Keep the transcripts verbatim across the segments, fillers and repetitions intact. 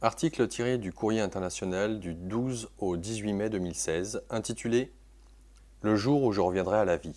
Article tiré du Courrier international du douze au dix-huit mai deux mille seize, intitulé « Le jour où je reviendrai à la vie ».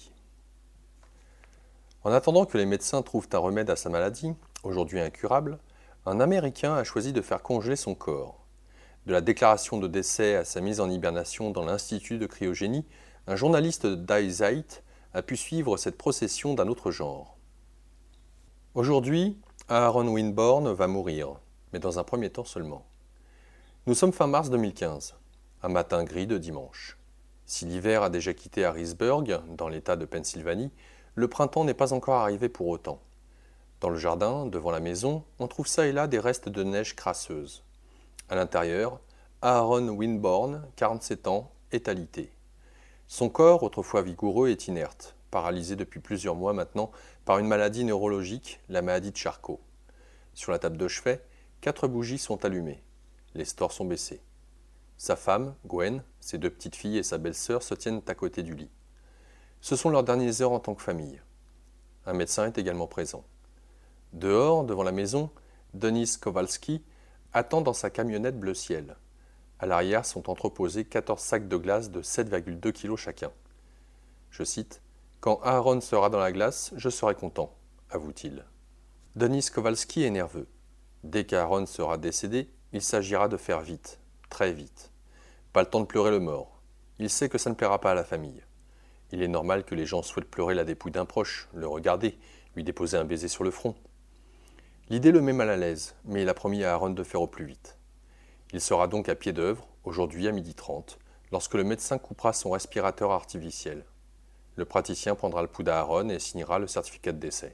En attendant que les médecins trouvent un remède à sa maladie, aujourd'hui incurable, un Américain a choisi de faire congeler son corps. De la déclaration de décès à sa mise en hibernation dans l'Institut de cryogénie, un journaliste de Die Zeit a pu suivre cette procession d'un autre genre. Aujourd'hui, Aaron Winborn va mourir, mais dans un premier temps seulement. Nous sommes fin mars deux mille quinze, un matin gris de dimanche. Si l'hiver a déjà quitté Harrisburg, dans l'État de Pennsylvanie, le printemps n'est pas encore arrivé pour autant. Dans le jardin, devant la maison, on trouve ça et là des restes de neige crasseuse. À l'intérieur, Aaron Winborn, quarante-sept ans, est alité. Son corps, autrefois vigoureux, est inerte, paralysé depuis plusieurs mois maintenant par une maladie neurologique, la maladie de Charcot. Sur la table de chevet, quatre bougies sont allumées. Les stores sont baissés. Sa femme, Gwen, ses deux petites filles et sa belle-sœur se tiennent à côté du lit. Ce sont leurs dernières heures en tant que famille. Un médecin est également présent. Dehors, devant la maison, Denis Kowalski attend dans sa camionnette bleu ciel. À l'arrière sont entreposés quatorze sacs de glace de sept virgule deux kilos chacun. Je cite « Quand Aaron sera dans la glace, je serai content », avoue-t-il. Denis Kowalski est nerveux. Dès qu'Aaron sera décédé, il s'agira de faire vite, très vite. Pas le temps de pleurer le mort. Il sait que ça ne plaira pas à la famille. Il est normal que les gens souhaitent pleurer la dépouille d'un proche, le regarder, lui déposer un baiser sur le front. L'idée le met mal à l'aise, mais il a promis à Aaron de faire au plus vite. Il sera donc à pied d'œuvre, aujourd'hui à midi trente, lorsque le médecin coupera son respirateur artificiel. Le praticien prendra le pouls d'Aaron et signera le certificat de décès.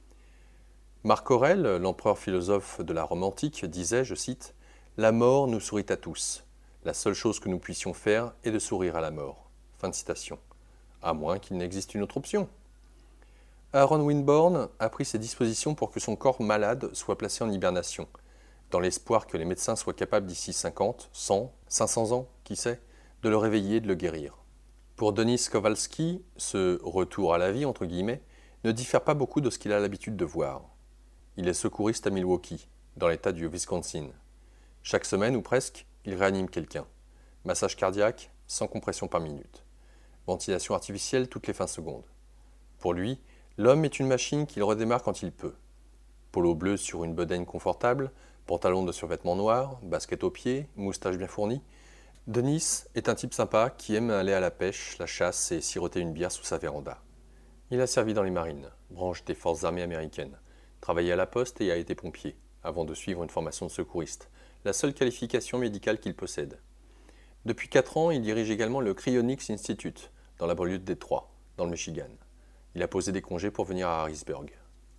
Marc Aurèle, l'empereur philosophe de la Rome antique, disait, je cite, « La mort nous sourit à tous. La seule chose que nous puissions faire est de sourire à la mort. » Fin de citation. À moins qu'il n'existe une autre option. Aaron Winborn a pris ses dispositions pour que son corps malade soit placé en hibernation, dans l'espoir que les médecins soient capables d'ici cinquante, cent, cinq cents ans, qui sait, de le réveiller et de le guérir. Pour Denis Kowalski, ce « retour à la vie » entre guillemets, ne diffère pas beaucoup de ce qu'il a l'habitude de voir. Il est secouriste à Milwaukee, dans l'État du Wisconsin. Chaque semaine ou presque, il réanime quelqu'un. Massage cardiaque, sans compression par minute. Ventilation artificielle toutes les vingt secondes. Pour lui, l'homme est une machine qu'il redémarre quand il peut. Polo bleu sur une bedaine confortable, pantalon de survêtement noir, basket aux pieds, moustache bien fournie. Denis est un type sympa qui aime aller à la pêche, la chasse et siroter une bière sous sa véranda. Il a servi dans les marines, branche des forces armées américaines, travaillé à la poste et a été pompier, avant de suivre une formation de secouriste, la seule qualification médicale qu'il possède. Depuis quatre ans, il dirige également le Cryonics Institute, dans la banlieue de Détroit, dans le Michigan. Il a posé des congés pour venir à Harrisburg.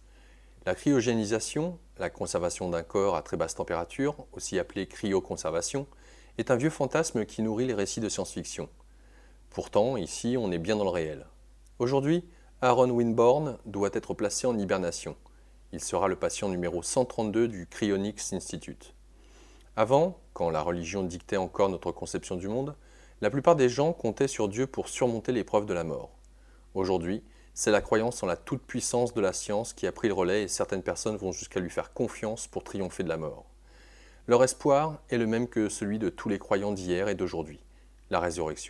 La cryogénisation, la conservation d'un corps à très basse température, aussi appelée cryoconservation, est un vieux fantasme qui nourrit les récits de science-fiction. Pourtant, ici, on est bien dans le réel. Aujourd'hui, Aaron Winborn doit être placé en hibernation. Il sera le patient numéro cent trente-deux du Cryonics Institute. Avant, quand la religion dictait encore notre conception du monde, la plupart des gens comptaient sur Dieu pour surmonter l'épreuve de la mort. Aujourd'hui, c'est la croyance en la toute-puissance de la science qui a pris le relais et certaines personnes vont jusqu'à lui faire confiance pour triompher de la mort. Leur espoir est le même que celui de tous les croyants d'hier et d'aujourd'hui, la résurrection.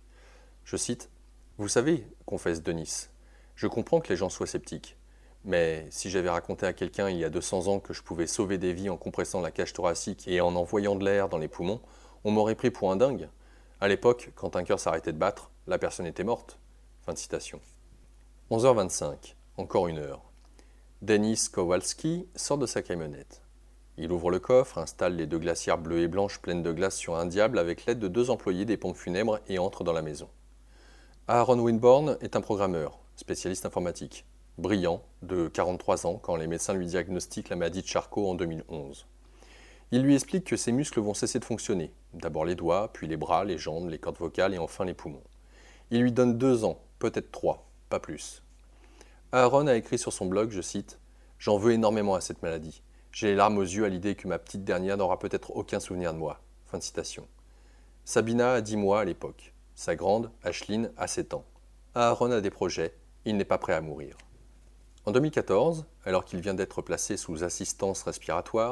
Je cite, « Vous savez, confesse Denis, je comprends que les gens soient sceptiques, mais si j'avais raconté à quelqu'un il y a deux cents ans que je pouvais sauver des vies en compressant la cage thoracique et en envoyant de l'air dans les poumons, on m'aurait pris pour un dingue. À l'époque, quand un cœur s'arrêtait de battre, la personne était morte. » Fin de citation. onze heures vingt-cinq, encore une heure. Denis Kowalski sort de sa camionnette. Il ouvre le coffre, installe les deux glacières bleues et blanches pleines de glace sur un diable avec l'aide de deux employés des pompes funèbres et entre dans la maison. Aaron Winborn est un programmeur, spécialiste informatique, brillant, de quarante-trois ans quand les médecins lui diagnostiquent la maladie de Charcot en deux mille onze. Il lui explique que ses muscles vont cesser de fonctionner, d'abord les doigts, puis les bras, les jambes, les cordes vocales et enfin les poumons. Il lui donne deux ans, peut-être trois, pas plus. Aaron a écrit sur son blog, je cite, « J'en veux énormément à cette maladie. J'ai les larmes aux yeux à l'idée que ma petite dernière n'aura peut-être aucun souvenir de moi. » Fin de citation. Sabina a dix mois à l'époque. Sa grande, Ashline, a sept ans. Aaron a des projets, il n'est pas prêt à mourir. En deux mille quatorze, alors qu'il vient d'être placé sous assistance respiratoire,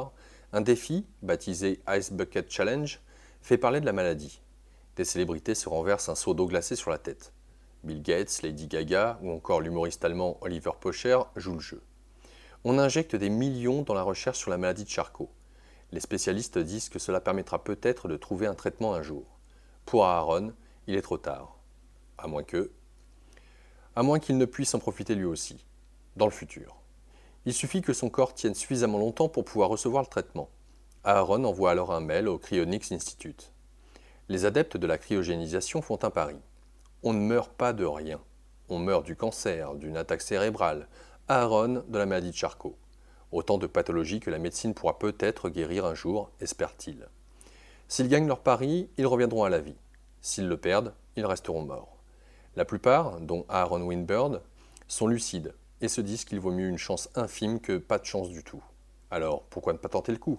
Un défi, baptisé Ice Bucket Challenge, fait parler de la maladie. Des célébrités se renversent un seau d'eau glacée sur la tête. Bill Gates, Lady Gaga ou encore l'humoriste allemand Oliver Pocher jouent le jeu. On injecte des millions dans la recherche sur la maladie de Charcot. Les spécialistes disent que cela permettra peut-être de trouver un traitement un jour. Pour Aaron, il est trop tard. À moins que... À moins qu'il ne puisse en profiter lui aussi, dans le futur. Il suffit que son corps tienne suffisamment longtemps pour pouvoir recevoir le traitement. Aaron envoie alors un mail au Cryonics Institute. Les adeptes de la cryogénisation font un pari. On ne meurt pas de rien. On meurt du cancer, d'une attaque cérébrale, Aaron de la maladie de Charcot. Autant de pathologies que la médecine pourra peut-être guérir un jour, espèrent-ils. S'ils gagnent leur pari, ils reviendront à la vie. S'ils le perdent, ils resteront morts. La plupart, dont Aaron Winburn, sont lucides et se disent qu'il vaut mieux une chance infime que pas de chance du tout. Alors, pourquoi ne pas tenter le coup?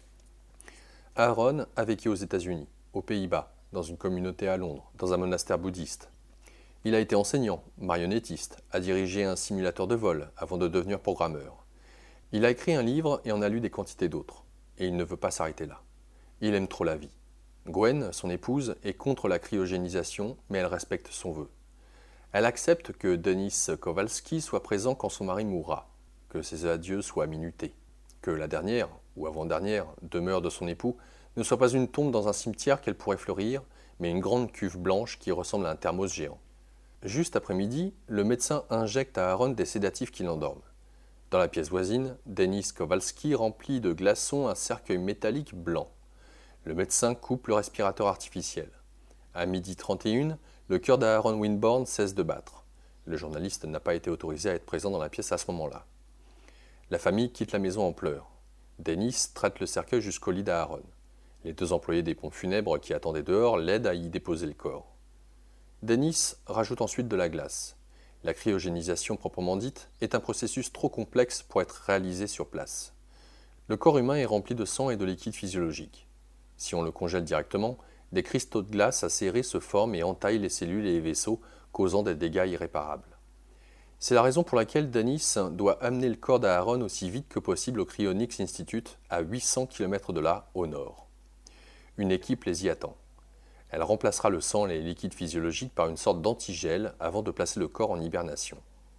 Aaron a vécu aux États-Unis, aux Pays-Bas, dans une communauté à Londres, dans un monastère bouddhiste. Il a été enseignant, marionnettiste, a dirigé un simulateur de vol avant de devenir programmeur. Il a écrit un livre et en a lu des quantités d'autres. Et il ne veut pas s'arrêter là. Il aime trop la vie. Gwen, son épouse, est contre la cryogénisation, mais elle respecte son vœu. Elle accepte que Denis Kowalski soit présent quand son mari mourra, que ses adieux soient minutés, que la dernière, ou avant-dernière, demeure de son époux ne soit pas une tombe dans un cimetière qu'elle pourrait fleurir, mais une grande cuve blanche qui ressemble à un thermos géant. Juste après midi, le médecin injecte à Aaron des sédatifs qui l'endorment. Dans la pièce voisine, Denis Kowalski remplit de glaçons un cercueil métallique blanc. Le médecin coupe le respirateur artificiel. À midi trente et une, le cœur d'Aaron Winburn cesse de battre. Le journaliste n'a pas été autorisé à être présent dans la pièce à ce moment-là. La famille quitte la maison en pleurs. Denis traite le cercueil jusqu'au lit d'Aaron. Les deux employés des pompes funèbres qui attendaient dehors l'aident à y déposer le corps. Denis rajoute ensuite de la glace. La cryogénisation proprement dite est un processus trop complexe pour être réalisé sur place. Le corps humain est rempli de sang et de liquide physiologique. Si on le congèle directement, des cristaux de glace acérés se forment et entaillent les cellules et les vaisseaux, causant des dégâts irréparables. C'est la raison pour laquelle Denis doit amener le corps d'Aaron aussi vite que possible au Cryonics Institute, à huit cents kilomètres de là, au nord. Une équipe les y attend. Elle remplacera le sang et les liquides physiologiques par une sorte d'antigel avant de placer le corps en hibernation.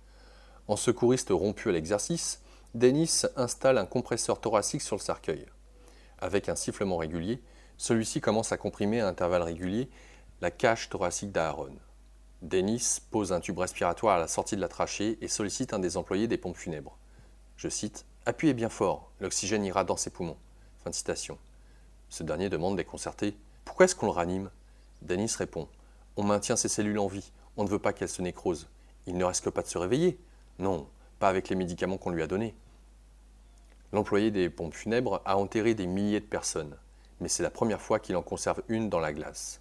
En secouriste rompu à l'exercice, Denis installe un compresseur thoracique sur le cercueil. Avec un sifflement régulier, celui-ci commence à comprimer à intervalles réguliers la cage thoracique d'Aaron. Denis pose un tube respiratoire à la sortie de la trachée et sollicite un des employés des pompes funèbres. Je cite « Appuyez bien fort, l'oxygène ira dans ses poumons. » Fin de citation. Ce dernier demande déconcerté « Pourquoi est-ce qu'on le ranime ?» Denis répond « On maintient ses cellules en vie, on ne veut pas qu'elles se nécrosent. Il ne risque pas de se réveiller. Non, pas avec les médicaments qu'on lui a donnés. » L'employé des pompes funèbres a enterré des milliers de personnes, mais c'est la première fois qu'il en conserve une dans la glace.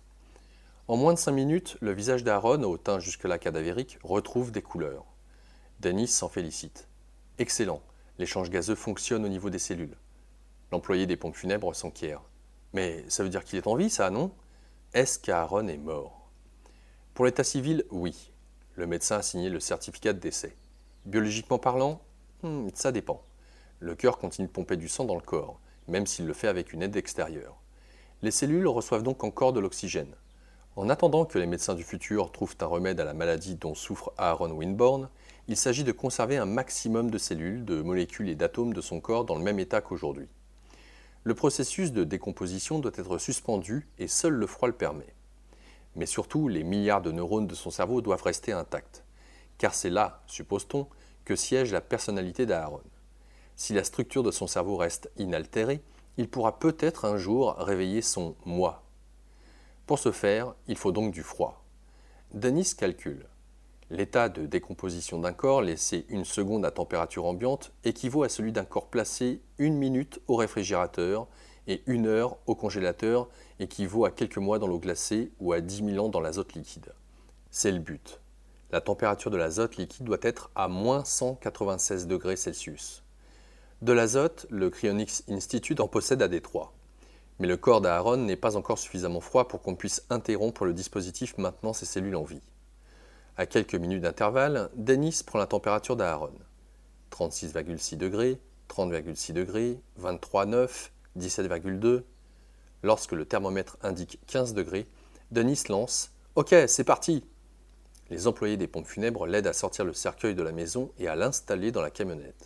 En moins de cinq minutes, le visage d'Aaron, au teint jusque-là cadavérique, retrouve des couleurs. Denis s'en félicite. « Excellent, l'échange gazeux fonctionne au niveau des cellules. » L'employé des pompes funèbres s'enquiert. « Mais ça veut dire qu'il est en vie, ça, non ? Est-ce qu'Aaron est mort ?» Pour l'état civil, oui. Le médecin a signé le certificat de décès. Biologiquement parlant, hmm, ça dépend. Le cœur continue de pomper du sang dans le corps, même s'il le fait avec une aide extérieure. Les cellules reçoivent donc encore de l'oxygène. En attendant que les médecins du futur trouvent un remède à la maladie dont souffre Aaron Winburn, il s'agit de conserver un maximum de cellules, de molécules et d'atomes de son corps dans le même état qu'aujourd'hui. Le processus de décomposition doit être suspendu et seul le froid le permet. Mais surtout, les milliards de neurones de son cerveau doivent rester intacts. Car c'est là, suppose-t-on, que siège la personnalité d'Aaron. Si la structure de son cerveau reste inaltérée, il pourra peut-être un jour réveiller son « moi ». Pour ce faire, il faut donc du froid. Denis calcule. L'état de décomposition d'un corps laissé une seconde à température ambiante équivaut à celui d'un corps placé une minute au réfrigérateur et une heure au congélateur équivaut à quelques mois dans l'eau glacée ou à dix mille ans dans l'azote liquide. C'est le but. La température de l'azote liquide doit être à moins cent quatre-vingt-seize degrés Celsius. De l'azote, le Cryonics Institute en possède à Détroit. Mais le corps d'Aaron n'est pas encore suffisamment froid pour qu'on puisse interrompre le dispositif maintenant ses cellules en vie. À quelques minutes d'intervalle, Denis prend la température d'Aaron. trente-six virgule six degrés, trente virgule six degrés, vingt-trois virgule neuf, dix-sept virgule deux. Lorsque le thermomètre indique quinze degrés, Denis lance « Ok, c'est parti !» Les employés des pompes funèbres l'aident à sortir le cercueil de la maison et à l'installer dans la camionnette.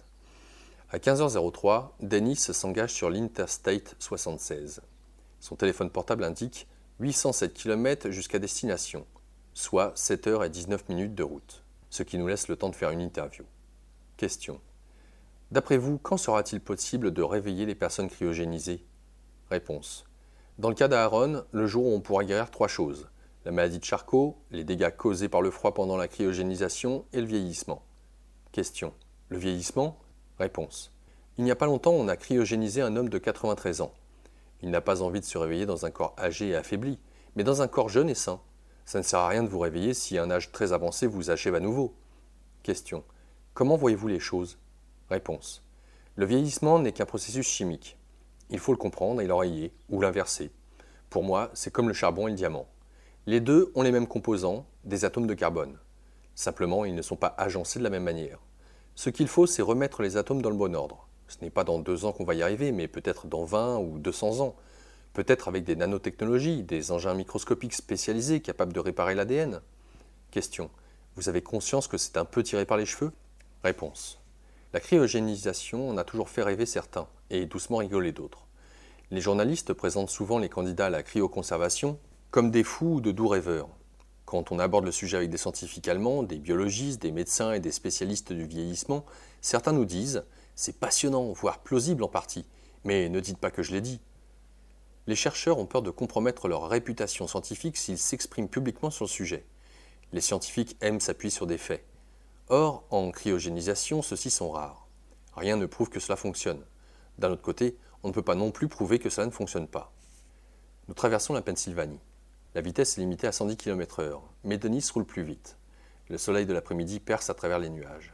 À quinze heures trois, Denis s'engage sur l'Interstate soixante-seize. Son téléphone portable indique huit cent sept kilomètres jusqu'à destination, soit sept heures dix-neuf minutes de route, ce qui nous laisse le temps de faire une interview. Question. D'après vous, quand sera-t-il possible de réveiller les personnes cryogénisées? Réponse. Dans le cas d'Aaron, le jour où on pourra guérir trois choses. La maladie de Charcot, les dégâts causés par le froid pendant la cryogénisation et le vieillissement. Question. Le vieillissement? Réponse. Il n'y a pas longtemps, on a cryogénisé un homme de quatre-vingt-treize ans. Il n'a pas envie de se réveiller dans un corps âgé et affaibli, mais dans un corps jeune et sain. Ça ne sert à rien de vous réveiller si à un âge très avancé vous achève à nouveau. Question. Comment voyez-vous les choses? Réponse. Le vieillissement n'est qu'un processus chimique. Il faut le comprendre et l'enrayer, ou l'inverser. Pour moi, c'est comme le charbon et le diamant. Les deux ont les mêmes composants, des atomes de carbone. Simplement, ils ne sont pas agencés de la même manière. Ce qu'il faut, c'est remettre les atomes dans le bon ordre. Ce n'est pas dans deux ans qu'on va y arriver, mais peut-être dans vingt ou deux cents ans. Peut-être avec des nanotechnologies, des engins microscopiques spécialisés capables de réparer l'A D N. Question. Vous avez conscience que c'est un peu tiré par les cheveux? Réponse. La cryogénisation en a toujours fait rêver certains, et doucement rigoler d'autres. Les journalistes présentent souvent les candidats à la cryoconservation comme des fous ou de doux rêveurs. Quand on aborde le sujet avec des scientifiques allemands, des biologistes, des médecins et des spécialistes du vieillissement, certains nous disent « c'est passionnant, voire plausible en partie, mais ne dites pas que je l'ai dit ». Les chercheurs ont peur de compromettre leur réputation scientifique s'ils s'expriment publiquement sur le sujet. Les scientifiques aiment s'appuyer sur des faits. Or, en cryogénisation, ceux-ci sont rares. Rien ne prouve que cela fonctionne. D'un autre côté, on ne peut pas non plus prouver que cela ne fonctionne pas. Nous traversons la Pennsylvanie. La vitesse est limitée à cent dix kilomètres heure, mais Denis roule plus vite. Le soleil de l'après-midi perce à travers les nuages.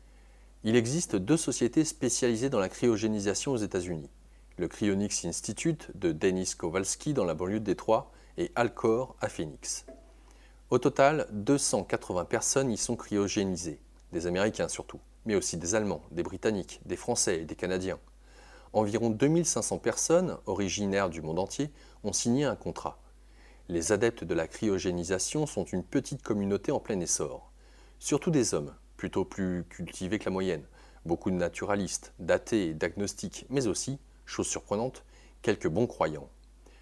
Il existe deux sociétés spécialisées dans la cryogénisation aux États-Unis. Le Cryonics Institute de Denis Kowalski dans la banlieue de Détroit et Alcor à Phoenix. Au total, deux cent quatre-vingts personnes y sont cryogénisées, des Américains surtout, mais aussi des Allemands, des Britanniques, des Français et des Canadiens. Environ deux mille cinq cents personnes, originaires du monde entier, ont signé un contrat. Les adeptes de la cryogénisation sont une petite communauté en plein essor. Surtout des hommes, plutôt plus cultivés que la moyenne, beaucoup de naturalistes, d'athées et d'agnostiques, mais aussi, chose surprenante, quelques bons croyants.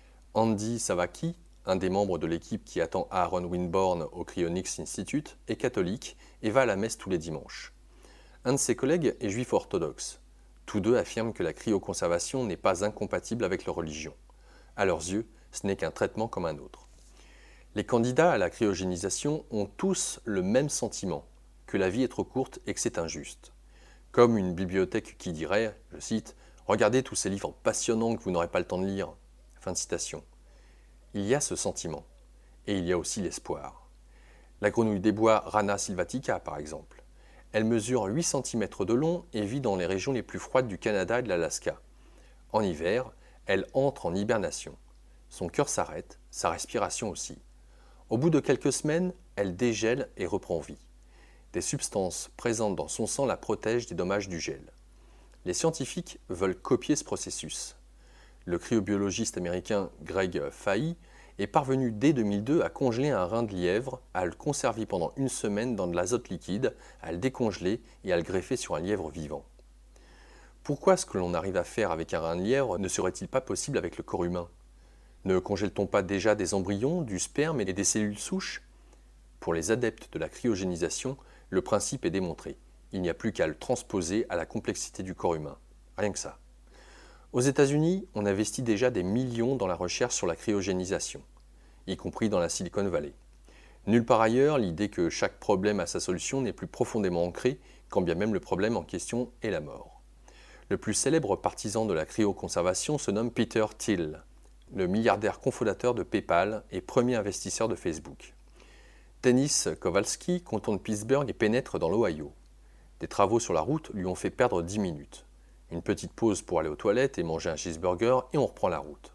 Andy Savaki, un des membres de l'équipe qui attend Aaron Winborn au Cryonics Institute, est catholique et va à la messe tous les dimanches. Un de ses collègues est juif orthodoxe. Tous deux affirment que la cryoconservation n'est pas incompatible avec leur religion. À leurs yeux, ce n'est qu'un traitement comme un autre. Les candidats à la cryogénisation ont tous le même sentiment, que la vie est trop courte et que c'est injuste. Comme une bibliothèque qui dirait, je cite, « Regardez tous ces livres passionnants que vous n'aurez pas le temps de lire ». Fin de citation. Il y a ce sentiment, et il y a aussi l'espoir. La grenouille des bois Rana sylvatica, par exemple. Elle mesure huit centimètres de long et vit dans les régions les plus froides du Canada et de l'Alaska. En hiver, elle entre en hibernation. Son cœur s'arrête, sa respiration aussi. Au bout de quelques semaines, elle dégèle et reprend vie. Des substances présentes dans son sang la protègent des dommages du gel. Les scientifiques veulent copier ce processus. Le cryobiologiste américain Greg Fahy est parvenu dès deux mille deux à congeler un rein de lièvre, à le conserver pendant une semaine dans de l'azote liquide, à le décongeler et à le greffer sur un lièvre vivant. Pourquoi ce que l'on arrive à faire avec un rein de lièvre ne serait-il pas possible avec le corps humain? Ne congèle-t-on pas déjà des embryons, du sperme et des cellules souches? Pour les adeptes de la cryogénisation, le principe est démontré. Il n'y a plus qu'à le transposer à la complexité du corps humain. Rien que ça. Aux États-Unis, on investit déjà des millions dans la recherche sur la cryogénisation, y compris dans la Silicon Valley. Nulle part ailleurs, l'idée que chaque problème a sa solution n'est plus profondément ancrée, quand bien même le problème en question est la mort. Le plus célèbre partisan de la cryoconservation se nomme Peter Thiel, le milliardaire cofondateur de PayPal et premier investisseur de Facebook. Denis Kowalski contourne Pittsburgh et pénètre dans l'Ohio. Des travaux sur la route lui ont fait perdre dix minutes. Une petite pause pour aller aux toilettes et manger un cheeseburger et on reprend la route.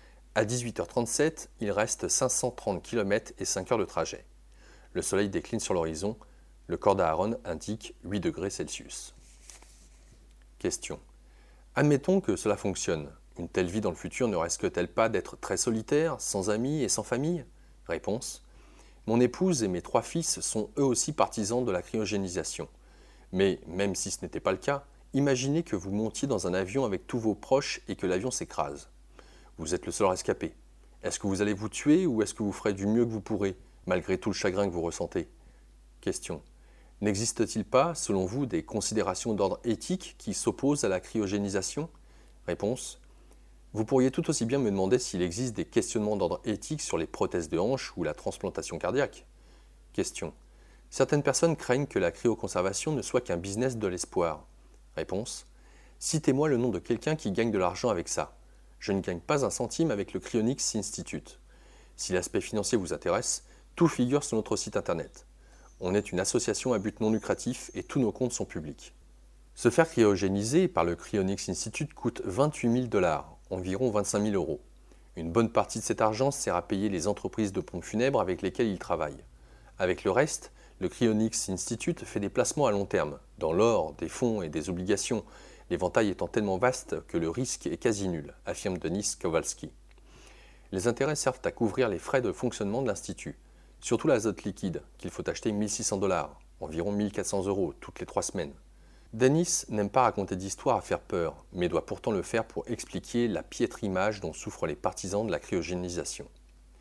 À dix-huit heures trente-sept, il reste cinq cent trente kilomètres et cinq heures de trajet. Le soleil décline sur l'horizon, le corps d'Aaron indique huit degrés Celsius. Question. Admettons que cela fonctionne. Une telle vie dans le futur ne risque-t-elle pas d'être très solitaire, sans amis et sans famille? Réponse. Mon épouse et mes trois fils sont eux aussi partisans de la cryogénisation. Mais même si ce n'était pas le cas, imaginez que vous montiez dans un avion avec tous vos proches et que l'avion s'écrase. Vous êtes le seul rescapé. Est-ce que vous allez vous tuer ou est-ce que vous ferez du mieux que vous pourrez, malgré tout le chagrin que vous ressentez? Question. N'existe-t-il pas, selon vous, des considérations d'ordre éthique qui s'opposent à la cryogénisation? Réponse. Vous pourriez tout aussi bien me demander s'il existe des questionnements d'ordre éthique sur les prothèses de hanche ou la transplantation cardiaque. Question. Certaines personnes craignent que la cryoconservation ne soit qu'un business de l'espoir. Réponse. Citez-moi le nom de quelqu'un qui gagne de l'argent avec ça. Je ne gagne pas un centime avec le Cryonics Institute. Si l'aspect financier vous intéresse, tout figure sur notre site internet. On est une association à but non lucratif et tous nos comptes sont publics. Se faire cryogéniser par le Cryonics Institute coûte vingt-huit mille dollars, environ vingt-cinq mille euros. Une bonne partie de cet argent sert à payer les entreprises de pompes funèbres avec lesquelles ils travaillent. Avec le reste, le Cryonics Institute fait des placements à long terme, dans l'or, des fonds et des obligations, l'éventail étant tellement vaste que le risque est quasi nul, affirme Denis Kowalski. Les intérêts servent à couvrir les frais de fonctionnement de l'Institut, surtout l'azote liquide, qu'il faut acheter mille six cents dollars, environ mille quatre cents euros, toutes les trois semaines. Denis n'aime pas raconter d'histoires à faire peur, mais doit pourtant le faire pour expliquer la piètre image dont souffrent les partisans de la cryogénisation.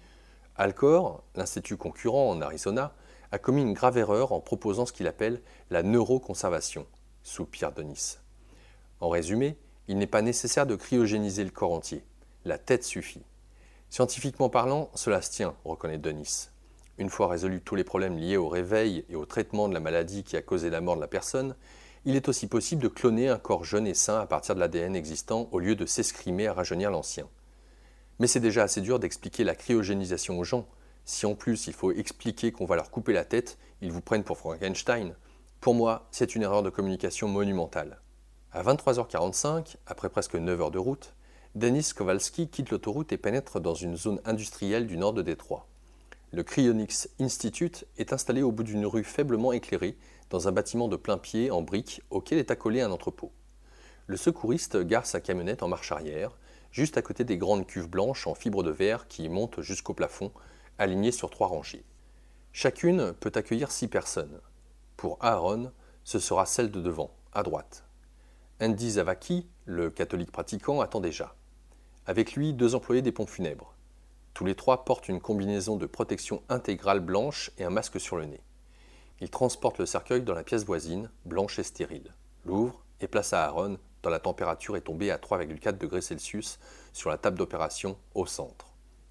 Alcor, l'institut concurrent en Arizona, a commis une grave erreur en proposant ce qu'il appelle la neuroconservation, soupire Denis. En résumé, il n'est pas nécessaire de cryogéniser le corps entier. La tête suffit. Scientifiquement parlant, cela se tient, reconnaît Denis. Une fois résolus tous les problèmes liés au réveil et au traitement de la maladie qui a causé la mort de la personne, il est aussi possible de cloner un corps jeune et sain à partir de l'A D N existant au lieu de s'escrimer à rajeunir l'ancien. Mais c'est déjà assez dur d'expliquer la cryogénisation aux gens. Si en plus il faut expliquer qu'on va leur couper la tête, ils vous prennent pour Frankenstein. Pour moi, c'est une erreur de communication monumentale. À vingt-trois heures quarante-cinq, après presque neuf heures de route, Denis Kowalski quitte l'autoroute et pénètre dans une zone industrielle du nord de Détroit. Le Cryonics Institute est installé au bout d'une rue faiblement éclairée, dans un bâtiment de plain-pied en briques auquel est accolé un entrepôt. Le secouriste gare sa camionnette en marche arrière, juste à côté des grandes cuves blanches en fibre de verre qui montent jusqu'au plafond, alignées sur trois rangées. Chacune peut accueillir six personnes. Pour Aaron, ce sera celle de devant, à droite. Andy Zavaki, le catholique pratiquant, attend déjà. Avec lui, deux employés des pompes funèbres. Tous les trois portent une combinaison de protection intégrale blanche et un masque sur le nez. Ils transportent le cercueil dans la pièce voisine, blanche et stérile, l'ouvrent et placent à Aaron, dont la température est tombée à trois virgule quatre degrés Celsius, sur la table d'opération au centre.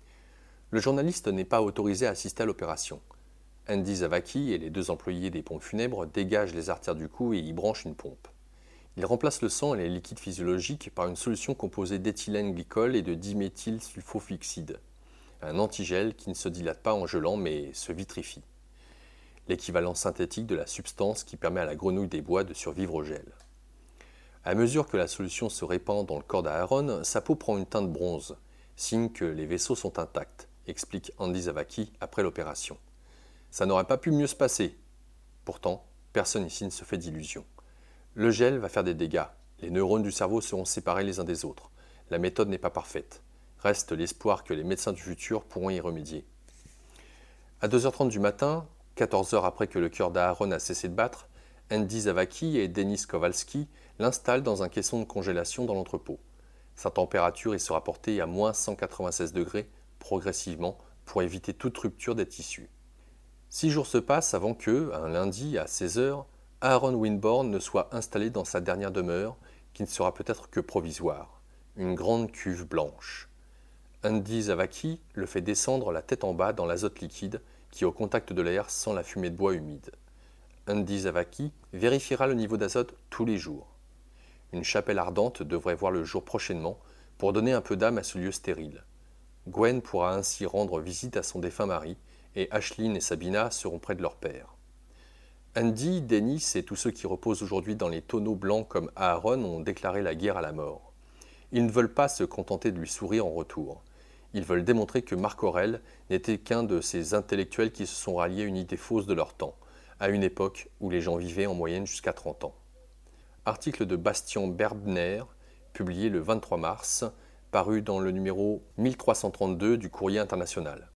Le journaliste n'est pas autorisé à assister à l'opération. Andy Zavaki et les deux employés des pompes funèbres dégagent les artères du cou et y branchent une pompe. Ils remplacent le sang et les liquides physiologiques par une solution composée d'éthylène glycol et de diméthylsulfofluxide, un antigel qui ne se dilate pas en gelant mais se vitrifie. L'équivalent synthétique de la substance qui permet à la grenouille des bois de survivre au gel. À mesure que la solution se répand dans le corps d'Aaron, sa peau prend une teinte bronze, signe que les vaisseaux sont intacts, explique Andy Zavaki après l'opération. Ça n'aurait pas pu mieux se passer. Pourtant, personne ici ne se fait d'illusions. Le gel va faire des dégâts, les neurones du cerveau seront séparés les uns des autres. La méthode n'est pas parfaite. Reste l'espoir que les médecins du futur pourront y remédier. À deux heures trente du matin, quatorze heures après que le cœur d'Aaron a cessé de battre, Andy Zavaki et Denis Kowalski l'installent dans un caisson de congélation dans l'entrepôt. Sa température y sera portée à moins cent quatre-vingt-seize degrés progressivement pour éviter toute rupture des tissus. Six jours se passent avant que, un lundi à seize heures, Aaron Winborn ne soit installé dans sa dernière demeure, qui ne sera peut-être que provisoire, une grande cuve blanche. Andy Zavaki le fait descendre la tête en bas dans l'azote liquide qui, au contact de l'air, sent la fumée de bois humide. Andy Zavaki vérifiera le niveau d'azote tous les jours. Une chapelle ardente devrait voir le jour prochainement pour donner un peu d'âme à ce lieu stérile. Gwen pourra ainsi rendre visite à son défunt mari et Ashlyn et Sabina seront près de leur père. Andy, Denis et tous ceux qui reposent aujourd'hui dans les tonneaux blancs comme Aaron ont déclaré la guerre à la mort. Ils ne veulent pas se contenter de lui sourire en retour. Ils veulent démontrer que Marc Aurèle n'était qu'un de ces intellectuels qui se sont ralliés à une idée fausse de leur temps, à une époque où les gens vivaient en moyenne jusqu'à trente ans. Article de Bastian Berbner, publié le vingt-trois mars, paru dans le numéro mille trois cent trente-deux du Courrier international.